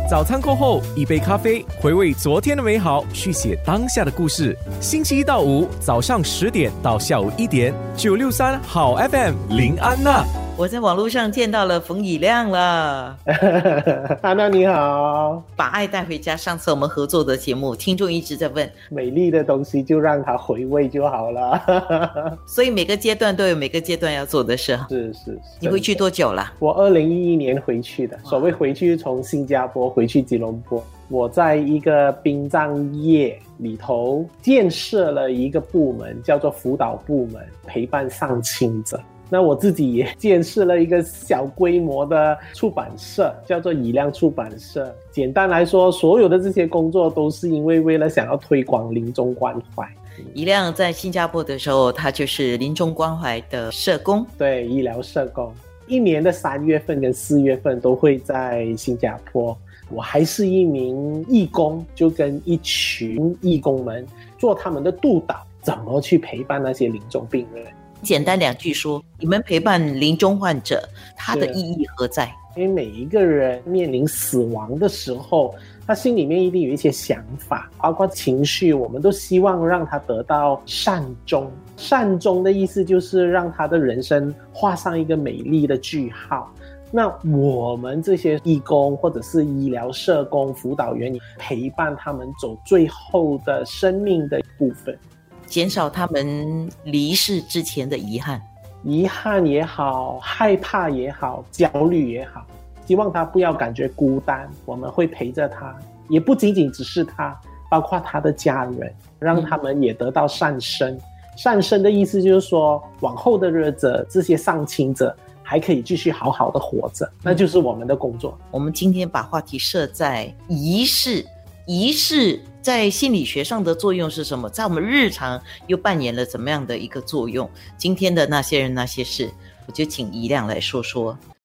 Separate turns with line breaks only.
早餐过后，一杯咖啡，回味昨天的美好，续写当下的故事。星期一到五早上10点到下午1点，963好 FM 林安娜。
我在网络上见到了冯以亮了。
安娜你好。
把爱带回家，上次我们合作的节目，听众一直在问，
美丽的东西就让它回味就好了。
所以每个阶段都有每个阶段要做的事。
是。
你回去多久了？
我2011年回去的。所谓回去，从新加坡回去吉隆坡。我在一个殡葬业里头建设了一个部门，叫做辅导部门，陪伴丧亲者。那我自己也建设了一个小规模的出版社，叫做以亮出版社。简单来说，所有的这些工作都是因为了想要推广临终关怀。
以亮在新加坡的时候，他就是临终关怀的社工。
对，医疗社工。一年的3月份跟4月份都会在新加坡。我还是一名义工，就跟一群义工们做他们的督导，怎么去陪伴那些临终病人。
简单2句说，你们陪伴临终患者，它的意义何在？
因为每一个人面临死亡的时候，他心里面一定有一些想法，包括情绪，我们都希望让他得到善终。善终的意思就是让他的人生画上一个美丽的句号。那我们这些义工或者是医疗社工辅导员，陪伴他们走最后的生命的部分，
减少他们离世之前的遗憾
也好，害怕也好，焦虑也好，希望他不要感觉孤单，我们会陪着他，也不仅仅只是他，包括他的家人，让他们也得到善生。善生的意思就是说，往后的日子，这些丧亲者还可以继续好好的活着，那就是我们的工作。
我们今天把话题设在仪式。仪式在心理学上的作用是什么？在我们日常又扮演了怎么样的一个作用？今天的那些人那些事，我就请以亮来说说。